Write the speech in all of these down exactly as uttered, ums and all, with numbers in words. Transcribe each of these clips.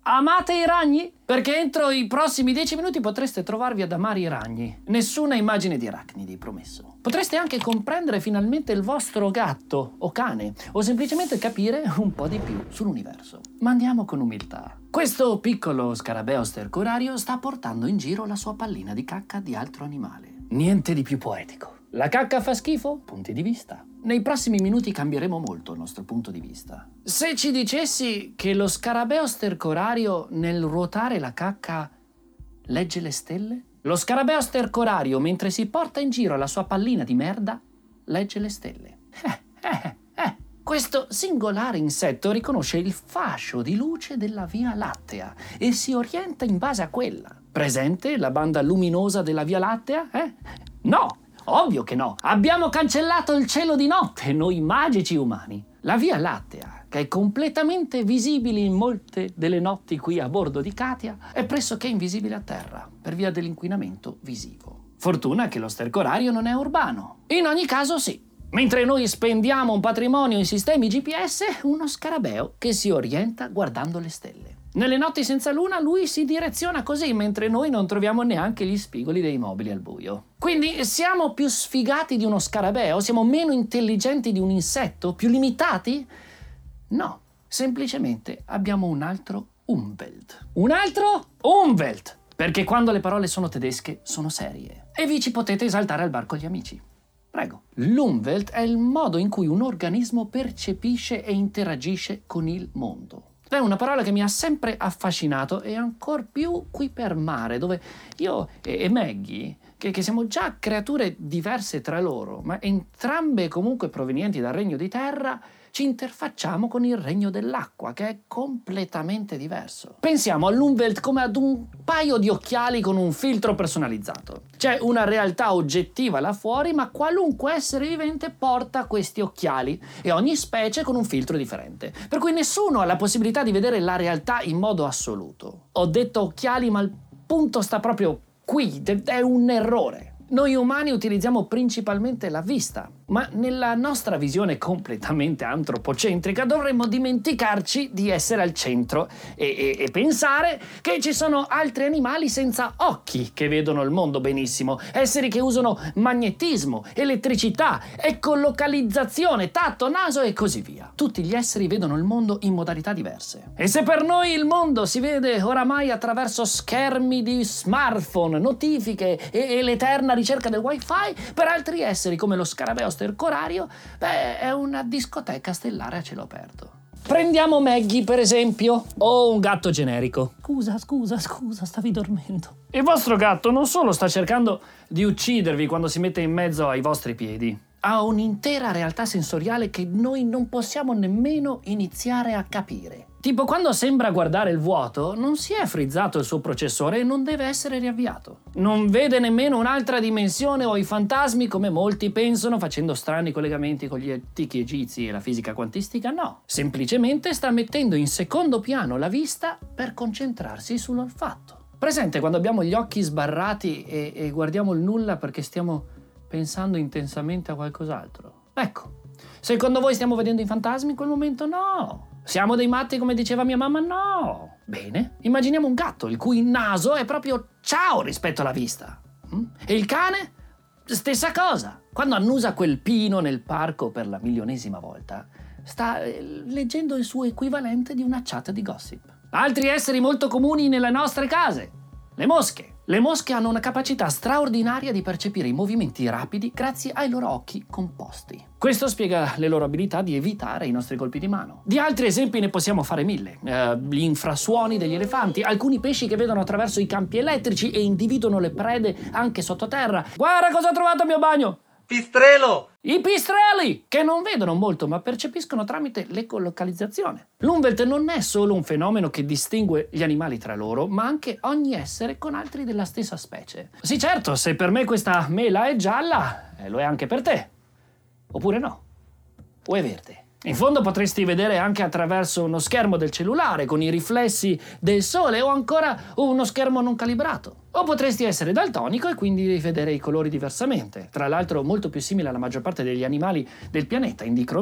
Amate i ragni? Perché entro i prossimi dieci minuti potreste trovarvi ad amare i ragni. Nessuna immagine di arachnidi, promesso. Potreste anche comprendere finalmente il vostro gatto o cane, o semplicemente capire un po' di più sull'universo. Ma andiamo con umiltà. Questo piccolo scarabeo stercorario sta portando in giro la sua pallina di cacca di altro animale. Niente di più poetico. La cacca fa schifo? Punti di vista. Nei prossimi minuti cambieremo molto il nostro punto di vista. Se ci dicessi che lo scarabeo stercorario nel ruotare la cacca legge le stelle? Lo scarabeo stercorario mentre si porta in giro la sua pallina di merda legge le stelle. Eh, eh, eh. Questo singolare insetto riconosce il fascio di luce della Via Lattea e si orienta in base a quella. Presente la banda luminosa della Via Lattea? Eh? No! Ovvio che no. Abbiamo cancellato il cielo di notte, noi magici umani. La Via Lattea, che è completamente visibile in molte delle notti qui a bordo di Katia, è pressoché invisibile a terra per via dell'inquinamento visivo. Fortuna che lo stercorario non è urbano. In ogni caso sì. Mentre noi spendiamo un patrimonio in sistemi G P S, uno scarabeo che si orienta guardando le stelle. Nelle notti senza luna lui si direziona così, mentre noi non troviamo neanche gli spigoli dei mobili al buio. Quindi siamo più sfigati di uno scarabeo? Siamo meno intelligenti di un insetto? Più limitati? No, semplicemente abbiamo un altro Umwelt. Un altro Umwelt! Perché quando le parole sono tedesche sono serie. E vi ci potete esaltare al bar con gli amici. Prego. L'Umwelt è il modo in cui un organismo percepisce e interagisce con il mondo. È una parola che mi ha sempre affascinato e ancor più qui per mare, dove io e, e Maggie, che, che siamo già creature diverse tra loro, ma entrambe comunque provenienti dal regno di terra, ci interfacciamo con il regno dell'acqua, che è completamente diverso. Pensiamo all'Umwelt come ad un paio di occhiali con un filtro personalizzato. C'è una realtà oggettiva là fuori, ma qualunque essere vivente porta questi occhiali e ogni specie con un filtro differente. Per cui nessuno ha la possibilità di vedere la realtà in modo assoluto. Ho detto occhiali, ma il punto sta proprio qui, è un errore. Noi umani utilizziamo principalmente la vista, ma nella nostra visione completamente antropocentrica dovremmo dimenticarci di essere al centro e, e, e pensare che ci sono altri animali senza occhi che vedono il mondo benissimo, esseri che usano magnetismo, elettricità, ecolocalizzazione, tatto, naso e così via. Tutti gli esseri vedono il mondo in modalità diverse. E se per noi il mondo si vede oramai attraverso schermi di smartphone, notifiche e, e l'eterna ricerca del wifi, per altri esseri come lo scarabeo stercorario, beh, è una discoteca stellare a cielo aperto. Prendiamo Maggie, per esempio, o un gatto generico. Scusa, scusa, scusa, stavi dormendo. Il vostro gatto non solo sta cercando di uccidervi quando si mette in mezzo ai vostri piedi, ha un'intera realtà sensoriale che noi non possiamo nemmeno iniziare a capire. Tipo, quando sembra guardare il vuoto, non si è frizzato il suo processore e non deve essere riavviato. Non vede nemmeno un'altra dimensione o i fantasmi come molti pensano, facendo strani collegamenti con gli antichi egizi e la fisica quantistica. No, semplicemente sta mettendo in secondo piano la vista per concentrarsi sull'olfatto. Presente quando abbiamo gli occhi sbarrati e, e guardiamo il nulla perché stiamo pensando intensamente a qualcos'altro? Ecco, secondo voi stiamo vedendo i fantasmi in quel momento? No. Siamo dei matti come diceva mia mamma? No. Bene, immaginiamo un gatto il cui naso è proprio ciao rispetto alla vista. E il cane? Stessa cosa. Quando annusa quel pino nel parco per la milionesima volta, sta leggendo il suo equivalente di una chat di gossip. Altri esseri molto comuni nelle nostre case. Le mosche. Le mosche hanno una capacità straordinaria di percepire i movimenti rapidi grazie ai loro occhi composti. Questo spiega le loro abilità di evitare i nostri colpi di mano. Di altri esempi ne possiamo fare mille. Uh, gli infrasuoni degli elefanti, alcuni pesci che vedono attraverso i campi elettrici e individuano le prede anche sottoterra. Guarda cosa ho trovato al mio bagno! Pistrello! I pistrelli, che non vedono molto ma percepiscono tramite l'ecolocalizzazione. L'Umwelt non è solo un fenomeno che distingue gli animali tra loro, ma anche ogni essere con altri della stessa specie. Sì, certo, se per me questa mela è gialla, eh, lo è anche per te. Oppure no. O è verde. In fondo potresti vedere anche attraverso uno schermo del cellulare con i riflessi del sole o ancora uno schermo non calibrato. O potresti essere daltonico e quindi vedere i colori diversamente, tra l'altro molto più simile alla maggior parte degli animali del pianeta in dicromia.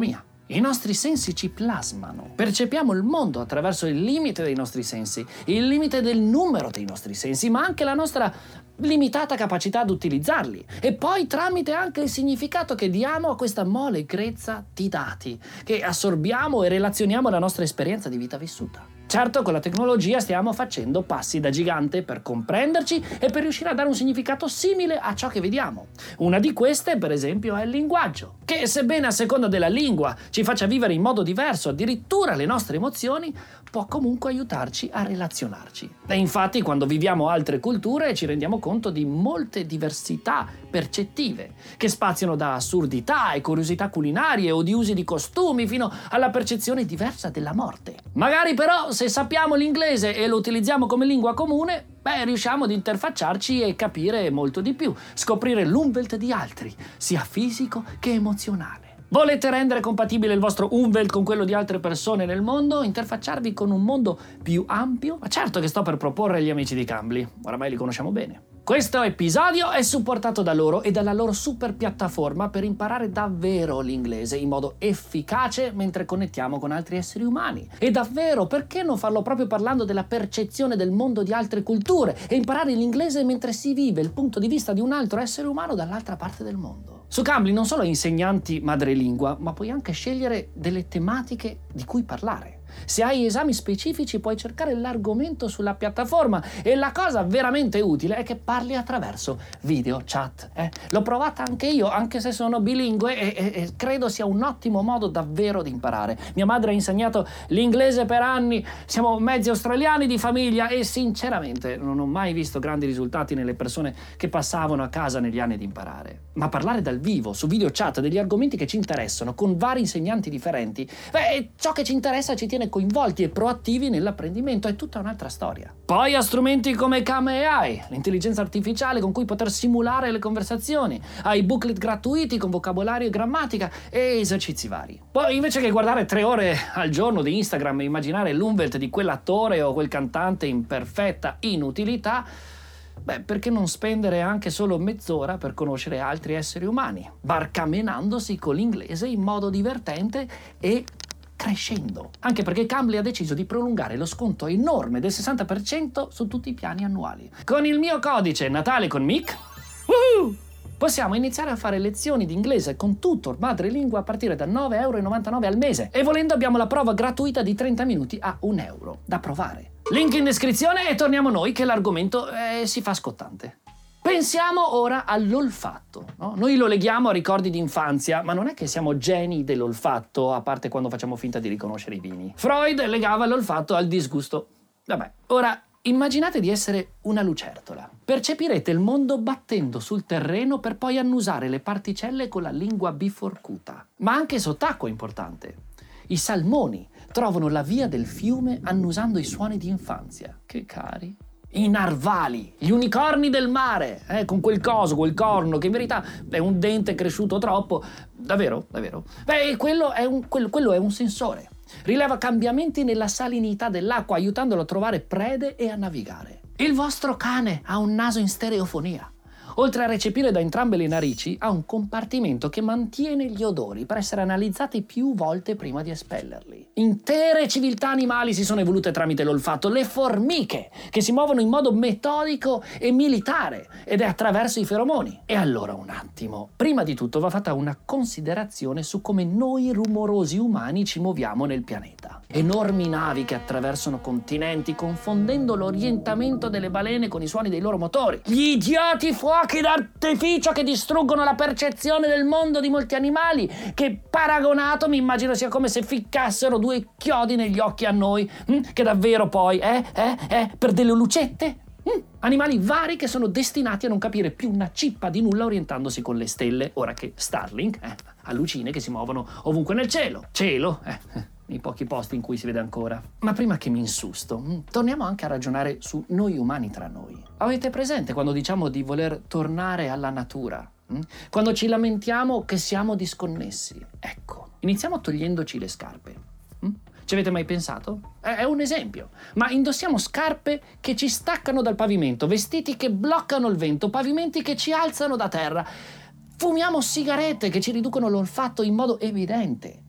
I nostri sensi ci plasmano. Percepiamo il mondo attraverso il limite dei nostri sensi, il limite del numero dei nostri sensi, ma anche la nostra limitata capacità ad utilizzarli. E poi tramite anche il significato che diamo a questa mole grezza di dati, che assorbiamo e relazioniamo alla nostra esperienza di vita vissuta. Certo, con la tecnologia stiamo facendo passi da gigante per comprenderci e per riuscire a dare un significato simile a ciò che vediamo. Una di queste, per esempio, è il linguaggio, che sebbene a seconda della lingua ci faccia vivere in modo diverso addirittura le nostre emozioni, può comunque aiutarci a relazionarci. E infatti, quando viviamo altre culture ci rendiamo conto di molte diversità percettive, che spaziano da assurdità e curiosità culinarie o di usi di costumi fino alla percezione diversa della morte. Magari però, se sappiamo l'inglese e lo utilizziamo come lingua comune, beh, riusciamo ad interfacciarci e capire molto di più, scoprire l'Umwelt di altri, sia fisico che emozionale. Volete rendere compatibile il vostro Umwelt con quello di altre persone nel mondo? Interfacciarvi con un mondo più ampio? Ma certo che sto per proporre agli amici di Cambly, oramai li conosciamo bene. Questo episodio è supportato da loro e dalla loro super piattaforma per imparare davvero l'inglese in modo efficace mentre connettiamo con altri esseri umani. E davvero, perché non farlo proprio parlando della percezione del mondo di altre culture e imparare l'inglese mentre si vive il punto di vista di un altro essere umano dall'altra parte del mondo? Su Cambly non solo hai insegnanti madrelingua, ma puoi anche scegliere delle tematiche di cui parlare. Se hai esami specifici puoi cercare l'argomento sulla piattaforma e la cosa veramente utile è che parli attraverso video chat. Eh? L'ho provata anche io, anche se sono bilingue e, e, e credo sia un ottimo modo davvero di imparare. Mia madre ha insegnato l'inglese per anni, siamo mezzi australiani di famiglia e sinceramente non ho mai visto grandi risultati nelle persone che passavano a casa negli anni di imparare. Ma parlare dal vivo, su video chat, degli argomenti che ci interessano, con vari insegnanti differenti, beh, ciò che ci interessa ci tiene coinvolti e proattivi nell'apprendimento, è tutta un'altra storia. Poi ha strumenti come Cam A I, l'intelligenza artificiale con cui poter simulare le conversazioni, hai booklet gratuiti con vocabolario e grammatica e esercizi vari. Poi invece che guardare tre ore al giorno di Instagram e immaginare l'Umwelt di quell'attore o quel cantante in perfetta inutilità, beh, perché non spendere anche solo mezz'ora per conoscere altri esseri umani, barcamenandosi con l'inglese in modo divertente e crescendo. Anche perché Cambly ha deciso di prolungare lo sconto enorme del sessanta per cento su tutti i piani annuali. Con il mio codice Natale con Mick, woohoo, possiamo iniziare a fare lezioni di inglese con tutor madrelingua a partire da nove e novantanove euro al mese. E volendo abbiamo la prova gratuita di trenta minuti a un euro da provare. Link in descrizione e torniamo noi che l'argomento eh, si fa scottante. Pensiamo ora all'olfatto, no? Noi lo leghiamo a ricordi di infanzia, ma non è che siamo geni dell'olfatto, a parte quando facciamo finta di riconoscere i vini. Freud legava l'olfatto al disgusto. Vabbè, ora immaginate di essere una lucertola. Percepirete il mondo battendo sul terreno per poi annusare le particelle con la lingua biforcuta. Ma anche sott'acqua è importante. I salmoni trovano la via del fiume annusando i suoni di infanzia. Che cari. I narvali, gli unicorni del mare, eh, con quel coso, quel corno, che in verità è un dente cresciuto troppo. Davvero? Davvero? Beh, quello è un, quello, quello è un sensore. Rileva cambiamenti nella salinità dell'acqua, aiutandolo a trovare prede e a navigare. Il vostro cane ha un naso in stereofonia. Oltre a recepire da entrambe le narici, ha un compartimento che mantiene gli odori per essere analizzati più volte prima di espellerli. Intere civiltà animali si sono evolute tramite l'olfatto, le formiche, che si muovono in modo metodico e militare, ed è attraverso i feromoni. E allora un attimo, prima di tutto va fatta una considerazione su come noi rumorosi umani ci muoviamo nel pianeta. Enormi navi che attraversano continenti, confondendo l'orientamento delle balene con i suoni dei loro motori. Gli idioti fuochi d'artificio che distruggono la percezione del mondo di molti animali, che paragonato mi immagino sia come se ficcassero due chiodi negli occhi a noi, hm? Che davvero poi, eh, eh, eh, per delle lucette? Hm? Animali vari che sono destinati a non capire più una cippa di nulla orientandosi con le stelle, ora che Starlink eh, ha lucine che si muovono ovunque nel cielo. Cielo, eh. Nei pochi posti in cui si vede ancora. Ma prima che mi insusto, mh, torniamo anche a ragionare su noi umani tra noi. Avete presente quando diciamo di voler tornare alla natura? Mh? Quando ci lamentiamo che siamo disconnessi? Ecco, iniziamo togliendoci le scarpe. Mh? Ci avete mai pensato? È, è un esempio. Ma indossiamo scarpe che ci staccano dal pavimento, vestiti che bloccano il vento, pavimenti che ci alzano da terra. Fumiamo sigarette che ci riducono l'olfatto in modo evidente.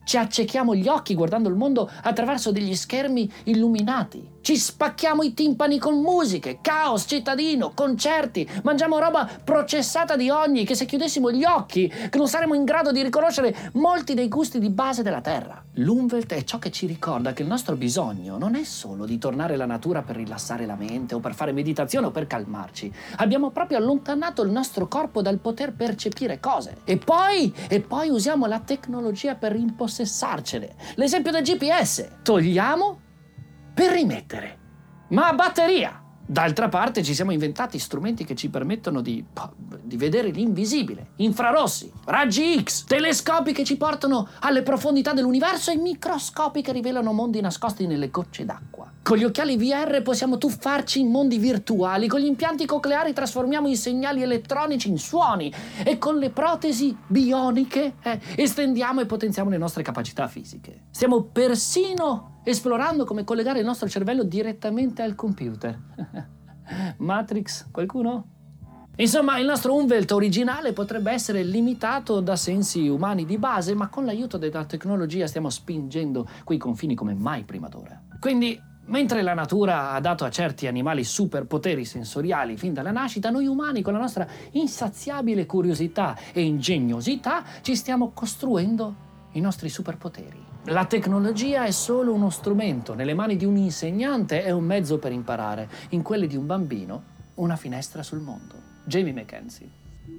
Ci accechiamo gli occhi guardando il mondo attraverso degli schermi illuminati. Ci spacchiamo i timpani con musiche, caos cittadino, concerti. Mangiamo roba processata di ogni che se chiudessimo gli occhi che non saremmo in grado di riconoscere molti dei gusti di base della terra. L'Umwelt è ciò che ci ricorda che il nostro bisogno non è solo di tornare alla natura per rilassare la mente o per fare meditazione o per calmarci. Abbiamo proprio allontanato il nostro corpo dal poter percepire cose. E poi, e poi usiamo la tecnologia per impossessarcene. L'esempio del G P S. Togliamo per rimettere. Ma a batteria! D'altra parte ci siamo inventati strumenti che ci permettono di, di vedere l'invisibile, infrarossi, raggi X, telescopi che ci portano alle profondità dell'universo e microscopi che rivelano mondi nascosti nelle gocce d'acqua. Con gli occhiali V R possiamo tuffarci in mondi virtuali, con gli impianti cocleari trasformiamo i segnali elettronici in suoni e con le protesi bioniche eh, estendiamo e potenziamo le nostre capacità fisiche. Stiamo persino esplorando come collegare il nostro cervello direttamente al computer. Matrix, qualcuno? Insomma, il nostro Umwelt originale potrebbe essere limitato da sensi umani di base, ma con l'aiuto della tecnologia stiamo spingendo quei confini come mai prima d'ora. Quindi, mentre la natura ha dato a certi animali superpoteri sensoriali fin dalla nascita, noi umani con la nostra insaziabile curiosità e ingegnosità ci stiamo costruendo i nostri superpoteri. La tecnologia è solo uno strumento, nelle mani di un insegnante è un mezzo per imparare, in quelle di un bambino una finestra sul mondo. Jamie McKenzie.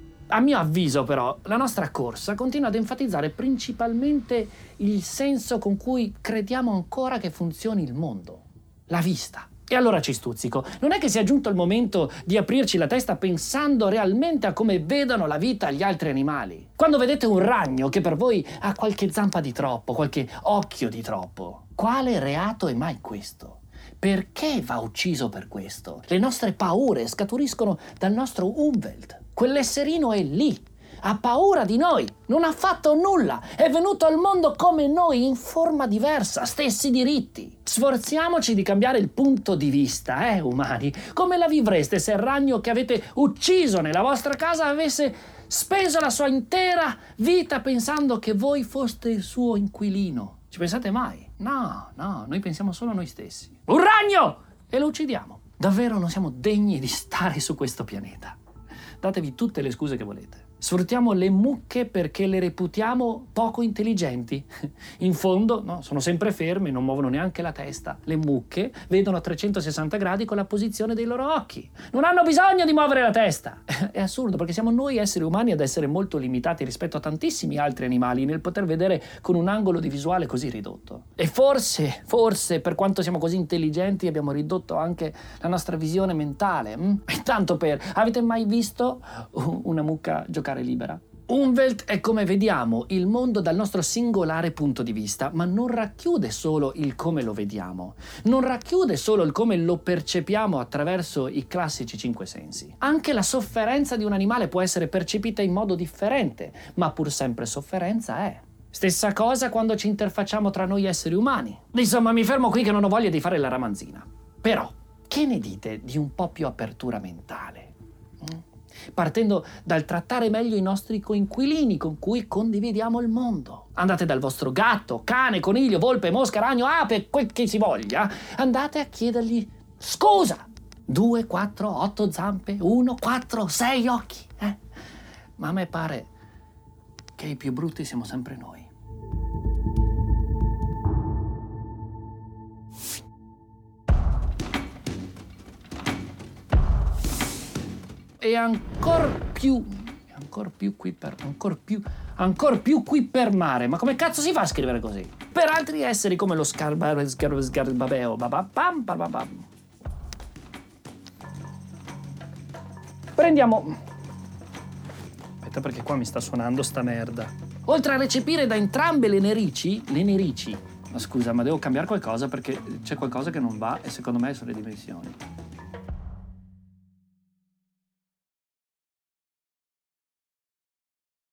A mio avviso però, la nostra corsa continua ad enfatizzare principalmente il senso con cui crediamo ancora che funzioni il mondo, la vista. E allora ci stuzzico. Non è che sia giunto il momento di aprirci la testa pensando realmente a come vedono la vita gli altri animali? Quando vedete un ragno che per voi ha qualche zampa di troppo, qualche occhio di troppo, quale reato è mai questo? Perché va ucciso per questo? Le nostre paure scaturiscono dal nostro Umwelt. Quell'esserino è lì. Ha paura di noi, non ha fatto nulla, è venuto al mondo come noi, in forma diversa, stessi diritti. Sforziamoci di cambiare il punto di vista, eh, umani. Come la vivreste se il ragno che avete ucciso nella vostra casa avesse speso la sua intera vita pensando che voi foste il suo inquilino? Ci pensate mai? No, no, noi pensiamo solo a noi stessi. Un ragno! E lo uccidiamo. Davvero non siamo degni di stare su questo pianeta. Datevi tutte le scuse che volete. Sfruttiamo le mucche perché le reputiamo poco intelligenti. In fondo, no, sono sempre ferme, non muovono neanche la testa. Le mucche vedono a trecentosessanta gradi con la posizione dei loro occhi. Non hanno bisogno di muovere la testa. È assurdo perché siamo noi esseri umani ad essere molto limitati rispetto a tantissimi altri animali nel poter vedere con un angolo di visuale così ridotto. E forse, forse, per quanto siamo così intelligenti, abbiamo ridotto anche la nostra visione mentale. Hm? E tanto per... Avete mai visto una mucca giocare libera? Umwelt è come vediamo il mondo dal nostro singolare punto di vista, ma non racchiude solo il come lo vediamo, non racchiude solo il come lo percepiamo attraverso i classici cinque sensi. Anche la sofferenza di un animale può essere percepita in modo differente, ma pur sempre sofferenza è. Stessa cosa quando ci interfacciamo tra noi esseri umani. Insomma, mi fermo qui che non ho voglia di fare la ramanzina. Però, che ne dite di un po' più apertura mentale? Mm? Partendo dal trattare meglio i nostri coinquilini con cui condividiamo il mondo. Andate dal vostro gatto, cane, coniglio, volpe, mosca, ragno, ape, quel che si voglia. Andate a chiedergli scusa. Due, quattro, otto zampe, uno, quattro, sei occhi. Eh? Ma a me pare che i più brutti siamo sempre noi. E ancor più, ancor più qui per, ancor più, ancor più qui per mare. Ma come cazzo si fa a scrivere così? Per altri esseri come lo scarbar, scar, scarbabeo, bababam, bababam. Prendiamo... Aspetta perché qua mi sta suonando sta merda. Oltre a recepire da entrambe le nerici, le nerici, ma scusa, ma devo cambiare qualcosa perché c'è qualcosa che non va e secondo me sono le dimensioni.